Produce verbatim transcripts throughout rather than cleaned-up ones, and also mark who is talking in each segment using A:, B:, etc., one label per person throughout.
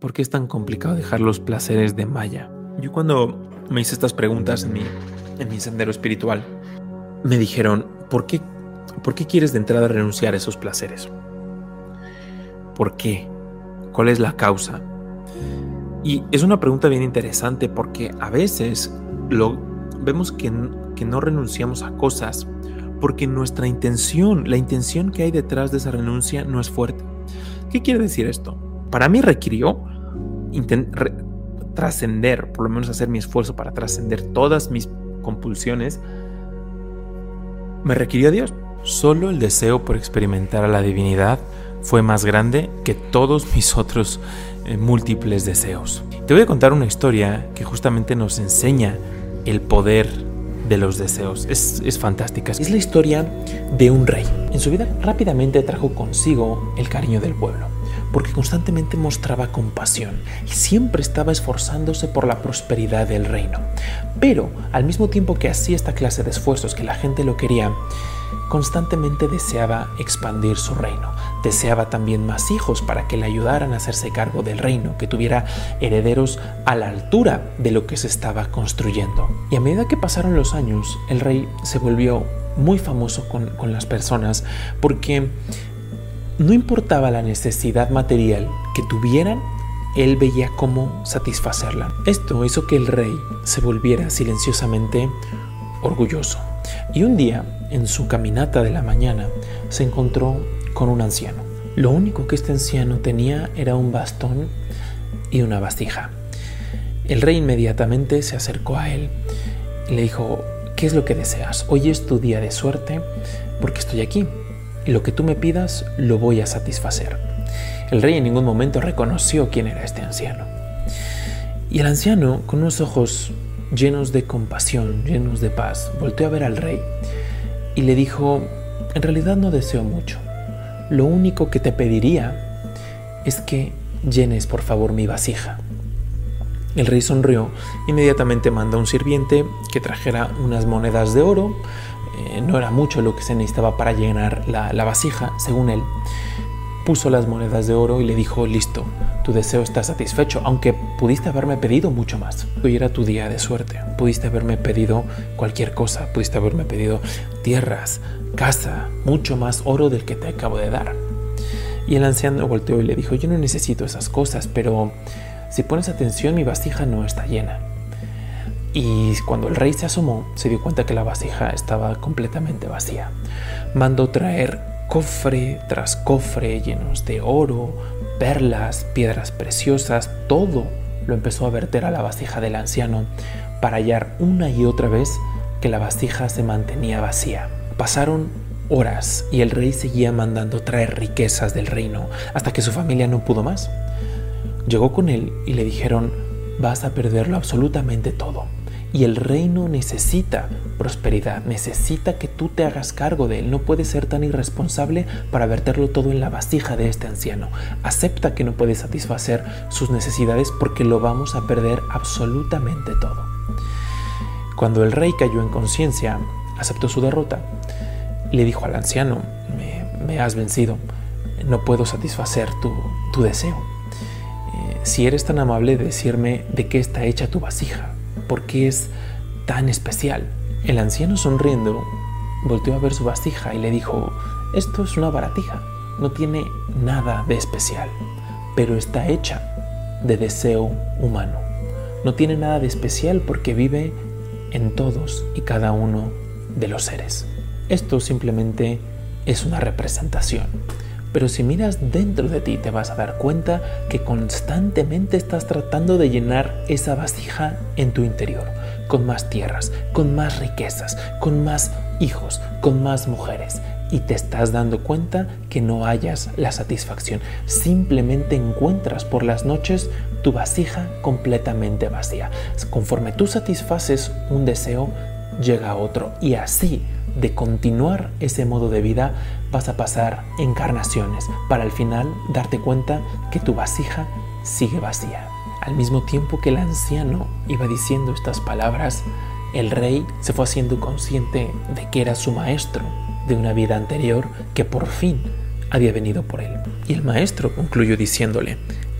A: ¿por qué es tan complicado dejar los placeres de Maya? Yo cuando me hice estas preguntas en mi, en mi sendero espiritual, me dijeron, ¿por qué, ¿por qué quieres de entrada renunciar a esos placeres? ¿Por qué? ¿Cuál es la causa? Y es una pregunta bien interesante porque a veces lo, vemos que, que no renunciamos a cosas porque nuestra intención, la intención que hay detrás de esa renuncia no es fuerte. ¿Qué quiere decir esto? Para mí requirió intent- re- trascender, por lo menos hacer mi esfuerzo para trascender todas mis compulsiones. Me requirió a Dios. Solo el deseo por experimentar a la divinidad fue más grande que todos mis otros eh, múltiples deseos. Te voy a contar una historia que justamente nos enseña el poder de los deseos. Es, es fantástica. Es la historia de un rey. En su vida rápidamente trajo consigo el cariño del pueblo, porque constantemente mostraba compasión y siempre estaba esforzándose por la prosperidad del reino. Pero al mismo tiempo que hacía esta clase de esfuerzos, que la gente lo quería, constantemente deseaba expandir su reino. Deseaba también más hijos para que le ayudaran a hacerse cargo del reino, que tuviera herederos a la altura de lo que se estaba construyendo. Y a medida que pasaron los años, el rey se volvió muy famoso con, con las personas porque no importaba la necesidad material que tuvieran, él veía cómo satisfacerla. Esto hizo que el rey se volviera silenciosamente orgulloso. Y un día, en su caminata de la mañana, se encontró con un anciano. Lo único que este anciano tenía era un bastón y una vasija. El rey inmediatamente se acercó a él y le dijo: ¿qué es lo que deseas? Hoy es tu día de suerte porque estoy aquí. Y lo que tú me pidas lo voy a satisfacer. El rey en ningún momento reconoció quién era este anciano. Y el anciano, con unos ojos llenos de compasión, llenos de paz, volteó a ver al rey y le dijo: en realidad no deseo mucho. Lo único que te pediría es que llenes por favor mi vasija. El rey sonrió, inmediatamente mandó a un sirviente que trajera unas monedas de oro. Eh, no era mucho lo que se necesitaba para llenar la, la vasija, según él. Puso las monedas de oro y le dijo: listo, tu deseo está satisfecho, aunque pudiste haberme pedido mucho más. Hoy era tu día de suerte, pudiste haberme pedido cualquier cosa, pudiste haberme pedido tierras, casa, mucho más oro del que te acabo de dar. Y el anciano volteó y le dijo: yo no necesito esas cosas, pero si pones atención, mi vasija no está llena. Y cuando el rey se asomó, se dio cuenta que la vasija estaba completamente vacía. Mandó traer cofre tras cofre llenos de oro, perlas, piedras preciosas, todo lo empezó a verter a la vasija del anciano para hallar una y otra vez que la vasija se mantenía vacía. Pasaron horas y el rey seguía mandando traer riquezas del reino hasta que su familia no pudo más. Llegó con él y le dijeron: vas a perderlo absolutamente todo. Y el reino necesita prosperidad, necesita que tú te hagas cargo de él. No puedes ser tan irresponsable para verterlo todo en la vasija de este anciano. Acepta que no puedes satisfacer sus necesidades porque lo vamos a perder absolutamente todo. Cuando el rey cayó en conciencia, aceptó su derrota. Le dijo al anciano: me, me has vencido, no puedo satisfacer tu, tu deseo. Eh, si eres tan amable de decirme de qué está hecha tu vasija, ¿por qué es tan especial? El anciano, sonriendo, volteó a ver su vasija y le dijo: esto es una baratija, no tiene nada de especial, pero está hecha de deseo humano. No tiene nada de especial porque vive en todos y cada uno de los seres. Esto simplemente es una representación. Pero si miras dentro de ti, te vas a dar cuenta que constantemente estás tratando de llenar esa vasija en tu interior, con más tierras, con más riquezas, con más hijos, con más mujeres. Y te estás dando cuenta que no hallas la satisfacción. Simplemente encuentras por las noches tu vasija completamente vacía. Conforme tú satisfaces un deseo, llega otro. Y así, de continuar ese modo de vida, vas a pasar encarnaciones para al final darte cuenta que tu vasija sigue vacía. Al mismo tiempo que el anciano iba diciendo estas palabras, el rey se fue haciendo consciente de que era su maestro de una vida anterior que por fin había venido por él. Y el maestro concluyó diciéndole: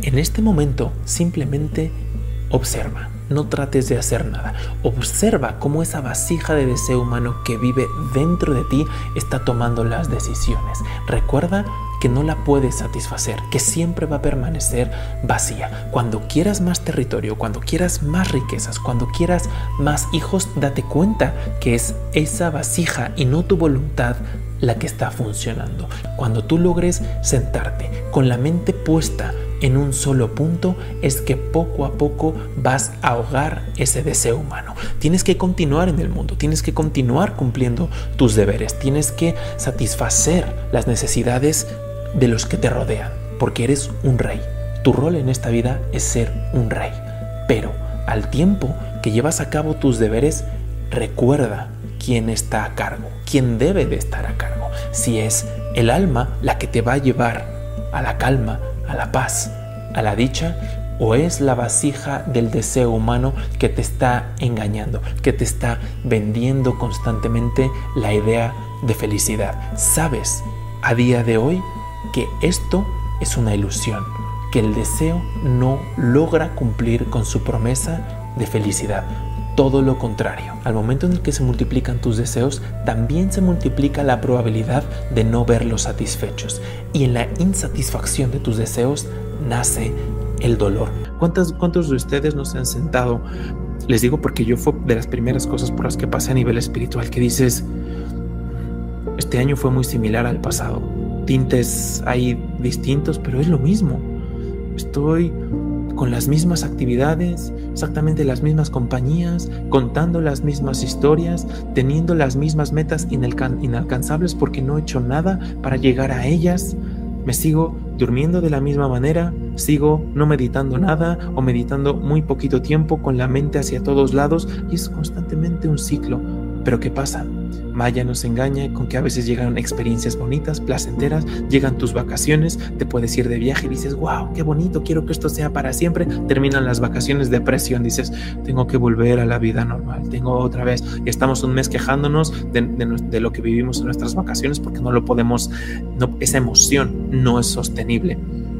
A: En este momento simplemente observa, no trates de hacer nada. Observa cómo esa vasija de deseo humano que vive dentro de ti está tomando las decisiones. Recuerda que no la puedes satisfacer, que siempre va a permanecer vacía. Cuando quieras más territorio, cuando quieras más riquezas, cuando quieras más hijos, date cuenta que es esa vasija y no tu voluntad la que está funcionando. Cuando tú logres sentarte con la mente puesta en un solo punto, es que poco a poco vas a ahogar ese deseo humano. Tienes que continuar en el mundo, tienes que continuar cumpliendo tus deberes, tienes que satisfacer las necesidades de los que te rodean, porque eres un rey. Tu rol en esta vida es ser un rey, pero al tiempo que llevas a cabo tus deberes, recuerda quién está a cargo, quién debe de estar a cargo. Si es el alma la que te va a llevar a la calma, a la paz, a la dicha, o es la vasija del deseo humano que te está engañando, que te está vendiendo constantemente la idea de felicidad. Sabes a día de hoy que esto es una ilusión, que el deseo no logra cumplir con su promesa de felicidad. Todo lo contrario, al momento en el que se multiplican tus deseos, también se multiplica la probabilidad de no verlos satisfechos. Y en la insatisfacción de tus deseos nace el dolor. ¿Cuántos, cuántos de ustedes no se han sentado? Les digo porque yo fue de las primeras cosas por las que pasé a nivel espiritual, que dices, este año fue muy similar al pasado. Tintes hay distintos, pero es lo mismo. Estoy con las mismas actividades, exactamente las mismas compañías, contando las mismas historias, teniendo las mismas metas inalcan- inalcanzables porque no he hecho nada para llegar a ellas. Me sigo durmiendo de la misma manera, sigo no meditando nada o meditando muy poquito tiempo con la mente hacia todos lados y es constantemente un ciclo. Pero ¿qué pasa? Maya nos engaña con que a veces llegan experiencias bonitas, placenteras, llegan tus vacaciones, te puedes ir de viaje y dices, wow, qué bonito, quiero que esto sea para siempre. Terminan las vacaciones, depresión, dices, tengo que volver a la vida normal, tengo otra vez, y estamos un mes quejándonos de, de, de lo que vivimos en nuestras vacaciones porque no lo podemos, no, esa emoción no es sostenible.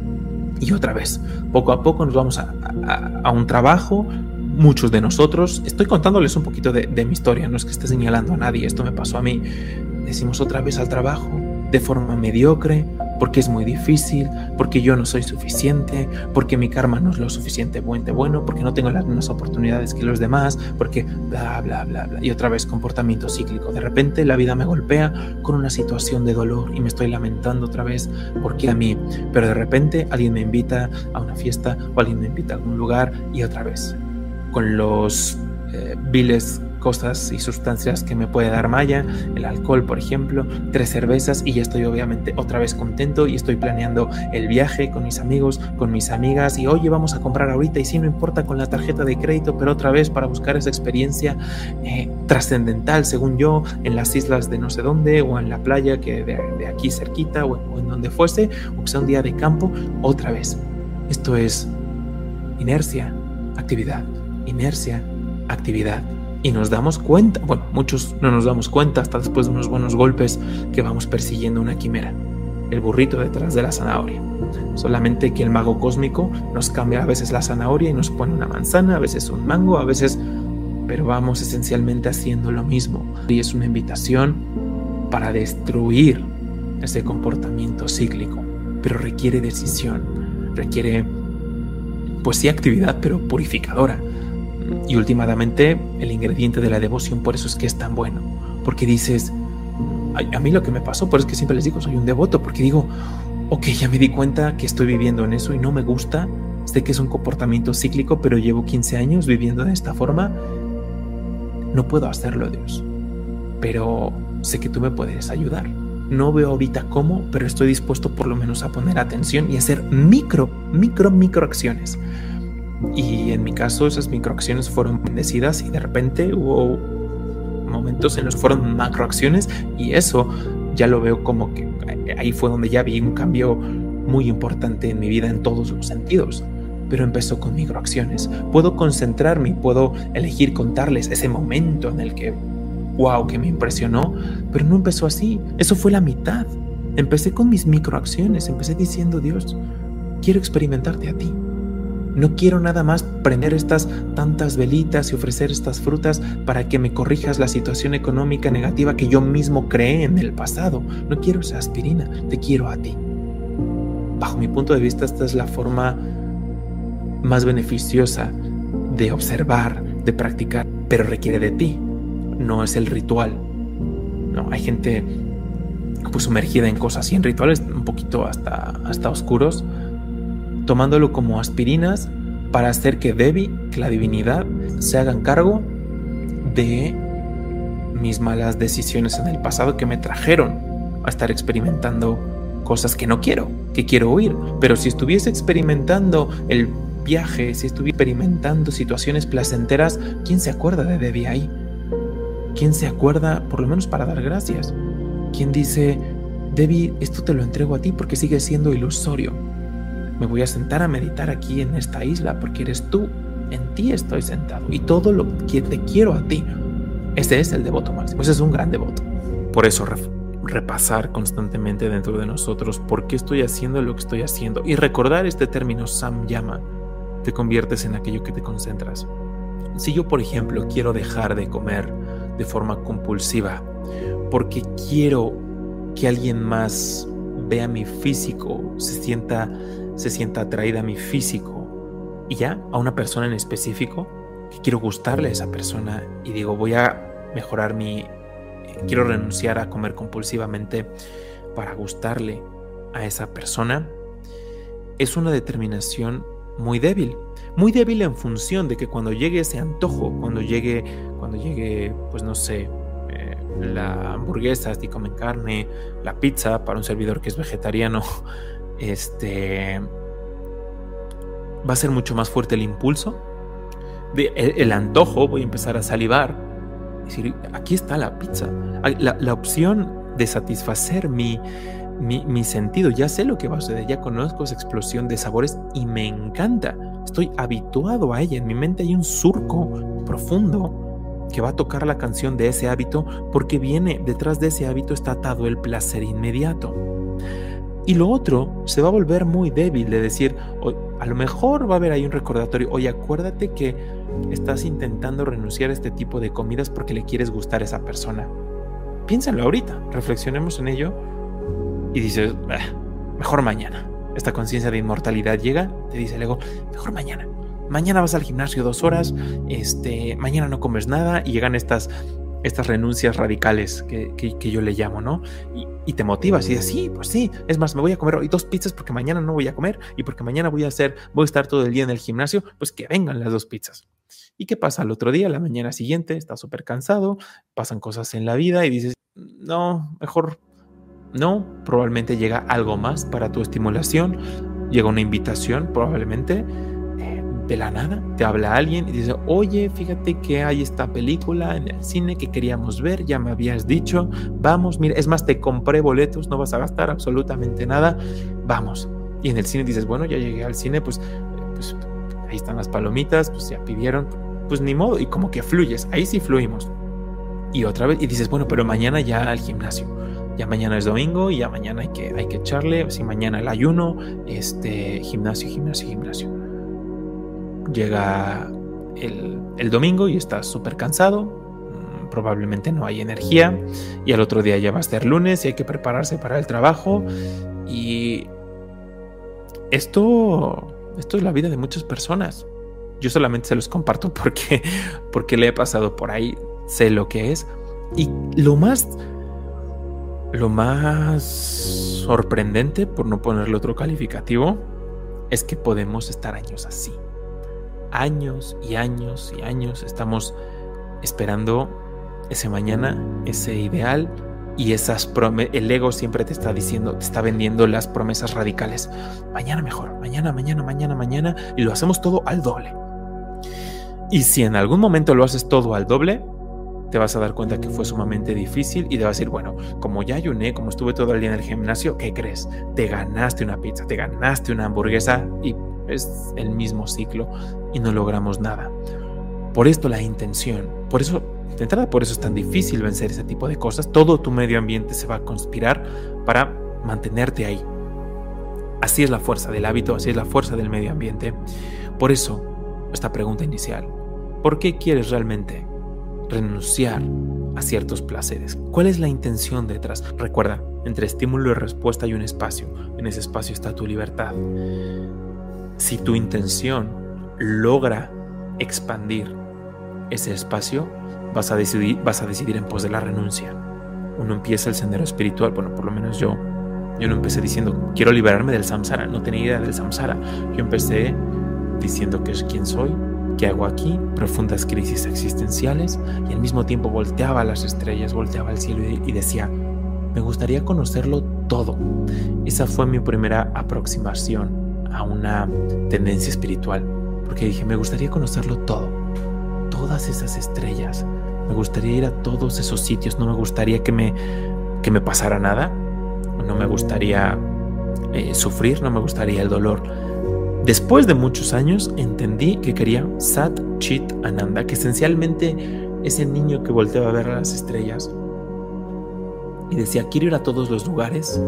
A: Y otra vez, poco a poco nos vamos a, a, a un trabajo. Muchos de nosotros, estoy contándoles un poquito de, de mi historia, no es que esté señalando a nadie, esto me pasó a mí. Decimos otra vez al trabajo de forma mediocre, porque es muy difícil, porque yo no soy suficiente, porque mi karma no es lo suficientemente bueno, porque no tengo las mismas oportunidades que los demás, porque bla, bla, bla, bla. Y otra vez comportamiento cíclico. De repente la vida me golpea con una situación de dolor y me estoy lamentando otra vez, porque a mí. Pero de repente alguien me invita a una fiesta o alguien me invita a algún lugar y otra vez. Con los eh, viles cosas y sustancias que me puede dar Maya, el alcohol por ejemplo, tres cervezas y ya estoy obviamente otra vez contento y estoy planeando el viaje con mis amigos, con mis amigas y oye vamos a comprar ahorita y si no importa con la tarjeta de crédito, pero otra vez para buscar esa experiencia eh, trascendental según yo en las islas de no sé dónde o en la playa que de, de aquí cerquita o, o en donde fuese o que sea un día de campo, otra vez. Esto es inercia, actividad, inercia, actividad. Y nos damos cuenta, bueno, muchos no nos damos cuenta hasta después de unos buenos golpes que vamos persiguiendo una quimera, el burrito detrás de la zanahoria. Solamente que el mago cósmico nos cambia a veces la zanahoria y nos pone una manzana, a veces un mango, a veces... pero vamos esencialmente haciendo lo mismo. Y es una invitación para destruir ese comportamiento cíclico, pero requiere decisión, requiere, pues sí, actividad, pero purificadora. Y últimamente el ingrediente de la devoción, por eso es que es tan bueno, porque dices, a, a mí lo que me pasó, por eso es que siempre les digo, soy un devoto, porque digo, ok, ya me di cuenta que estoy viviendo en eso y no me gusta, sé que es un comportamiento cíclico, pero llevo quince años viviendo de esta forma, no puedo hacerlo, Dios, pero sé que tú me puedes ayudar. No veo ahorita cómo, pero estoy dispuesto por lo menos a poner atención y hacer micro, micro, micro acciones. Y en mi caso esas microacciones fueron bendecidas y de repente hubo momentos en los que fueron macroacciones y eso ya lo veo como que ahí fue donde ya vi un cambio muy importante en mi vida en todos los sentidos. Pero empezó con microacciones. Puedo concentrarme y puedo elegir contarles ese momento en el que wow, que me impresionó, pero no empezó así. Eso fue la mitad. Empecé con mis microacciones, empecé diciendo, Dios, quiero experimentarte a ti. No quiero nada más prender estas tantas velitas y ofrecer estas frutas para que me corrijas la situación económica negativa que yo mismo creé en el pasado. No quiero esa aspirina, te quiero a ti. Bajo mi punto de vista, esta es la forma más beneficiosa de observar, de practicar, pero requiere de ti. No es el ritual. No, hay gente pues sumergida en cosas y en rituales un poquito hasta, hasta oscuros, tomándolo como aspirinas para hacer que Devi, que la divinidad, se hagan cargo de mis malas decisiones en el pasado que me trajeron a estar experimentando cosas que no quiero, que quiero huir. Pero si estuviese experimentando el viaje, si estuviese experimentando situaciones placenteras, ¿quién se acuerda de Devi ahí? ¿Quién se acuerda, por lo menos para dar gracias? ¿Quién dice, Devi, esto te lo entrego a ti porque sigue siendo ilusorio? Me voy a sentar a meditar aquí en esta isla porque eres tú, en ti estoy sentado y todo lo que te quiero a ti. Ese es el devoto máximo, ese es un gran devoto. Por eso ref- repasar constantemente dentro de nosotros por qué estoy haciendo lo que estoy haciendo y recordar este término samyama, te conviertes en aquello que te concentras. Si yo, por ejemplo, quiero dejar de comer de forma compulsiva porque quiero que alguien más vea mi físico, se sienta, se sienta atraída a mi físico y ya, a una persona en específico, que quiero gustarle a esa persona y digo, voy a mejorar mi... quiero renunciar a comer compulsivamente para gustarle a esa persona, es una determinación muy débil. Muy débil en función de que cuando llegue ese antojo, cuando llegue, cuando llegue, pues no sé, eh, la hamburguesa, si comen carne, la pizza para un servidor que es vegetariano, este, va a ser mucho más fuerte el impulso, de, el, el antojo, voy a empezar a salivar, decir, aquí está la pizza, la, la opción de satisfacer mi, mi, mi sentido, ya sé lo que va a suceder, ya conozco esa explosión de sabores y me encanta. Estoy habituado a ella, en mi mente hay un surco profundo que va a tocar la canción de ese hábito porque viene, detrás de ese hábito está atado el placer inmediato. Y lo otro se va a volver muy débil de decir, a lo mejor va a haber ahí un recordatorio, oye, acuérdate que estás intentando renunciar a este tipo de comidas porque le quieres gustar a esa persona. Piénsalo ahorita, reflexionemos en ello y dices, mejor mañana. Esta conciencia de inmortalidad llega, te dice el ego, mejor mañana. Mañana vas al gimnasio dos horas, este, mañana no comes nada y llegan estas, estas renuncias radicales que, que, que yo le llamo, ¿no? Y, y te motivas y dices, sí, pues sí, es más, me voy a comer hoy dos pizzas porque mañana no voy a comer y porque mañana voy a hacer, voy a estar todo el día en el gimnasio, pues que vengan las dos pizzas. ¿Y qué pasa al otro día, la mañana siguiente? Estás súper cansado, pasan cosas en la vida y dices, no, mejor... No, probablemente llega algo más para tu estimulación, llega una invitación probablemente eh, de la nada, te habla alguien y dice, oye, fíjate que hay esta película en el cine que queríamos ver, ya me habías dicho, vamos, mira, es más, te compré boletos, no vas a gastar absolutamente nada, vamos. Y en el cine dices, bueno, ya llegué al cine, pues, pues ahí están las palomitas, pues ya pidieron, pues ni modo, y como que fluyes, ahí sí fluimos. Y otra vez, y dices, bueno, pero mañana ya al gimnasio. Ya mañana es domingo y ya mañana hay que, hay que echarle, si mañana el ayuno, este, gimnasio, gimnasio, gimnasio. Llega el, el domingo y estás súper cansado, probablemente no hay energía y al otro día ya va a ser lunes y hay que prepararse para el trabajo y esto, esto es la vida de muchas personas. Yo solamente se los comparto porque, porque le he pasado por ahí, sé lo que es y lo más... Lo más sorprendente, por no ponerle otro calificativo, es que podemos estar años así. Años y años y años estamos esperando ese mañana, ese ideal y esas promesas. El ego siempre te está diciendo, te está vendiendo las promesas radicales. Mañana mejor, mañana, mañana, mañana, mañana y lo hacemos todo al doble. Y si en algún momento lo haces todo al doble, te vas a dar cuenta que fue sumamente difícil y te vas a decir, bueno, como ya ayuné, como estuve todo el día en el gimnasio, ¿qué crees? Te ganaste una pizza, te ganaste una hamburguesa y es el mismo ciclo y no logramos nada. Por esto la intención, por eso, de entrada por eso es tan difícil vencer ese tipo de cosas. Todo tu medio ambiente se va a conspirar para mantenerte ahí. Así es la fuerza del hábito, así es la fuerza del medio ambiente. Por eso, esta pregunta inicial: ¿por qué quieres realmente renunciar a ciertos placeres? ¿Cuál es la intención detrás? Recuerda, entre estímulo y respuesta hay un espacio. En ese espacio está tu libertad. Si tu intención logra expandir ese espacio, vas a decidir, vas a decidir en pos de la renuncia. Uno empieza el sendero espiritual, bueno, por lo menos yo, yo no empecé diciendo quiero liberarme del samsara, no tenía idea del samsara. Yo empecé diciendo que es quién soy, qué hago aquí, profundas crisis existenciales, y al mismo tiempo volteaba a las estrellas, volteaba al cielo y, y decía, me gustaría conocerlo todo. Esa fue mi primera aproximación a una tendencia espiritual, porque dije, me gustaría conocerlo todo, todas esas estrellas, me gustaría ir a todos esos sitios, no me gustaría que me, que me pasara nada, no me gustaría eh, sufrir, no me gustaría el dolor. Después de muchos años entendí que quería Sat Chit Ananda, que esencialmente es el niño que volteaba a ver a las estrellas y decía, quiero ir a todos los lugares,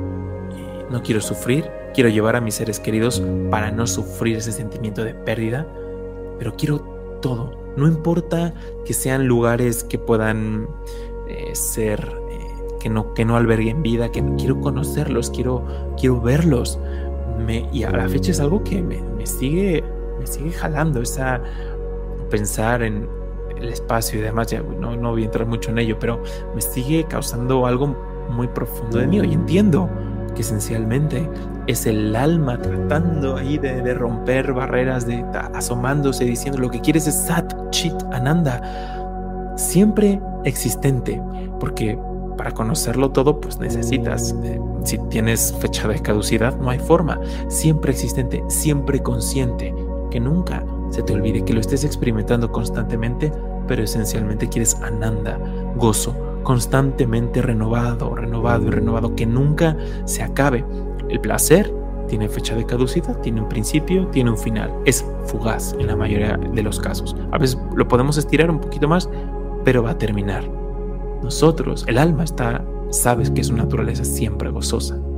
A: no quiero sufrir, quiero llevar a mis seres queridos para no sufrir ese sentimiento de pérdida, pero quiero todo. No importa que sean lugares que puedan eh, ser, eh, que, no, que no alberguen vida, que quiero conocerlos, quiero, quiero verlos. Me, y a la fecha es algo que me, me, sigue, me sigue jalando, esa pensar en el espacio y demás. Ya no, no voy a entrar mucho en ello, pero me sigue causando algo muy profundo de mí. Y entiendo que esencialmente es el alma tratando ahí de, de romper barreras, de asomándose, diciendo lo que quieres es Sat Chit Ananda, siempre existente, porque para conocerlo todo pues necesitas, eh, si tienes fecha de caducidad no hay forma, siempre existente, siempre consciente, que nunca se te olvide, que lo estés experimentando constantemente, pero esencialmente quieres Ananda, gozo, constantemente renovado, renovado y renovado, que nunca se acabe. El placer tiene fecha de caducidad, tiene un principio, tiene un final, es fugaz en la mayoría de los casos. A veces lo podemos estirar un poquito más, pero va a terminar. Nosotros, el alma está, sabes que su naturaleza es siempre gozosa.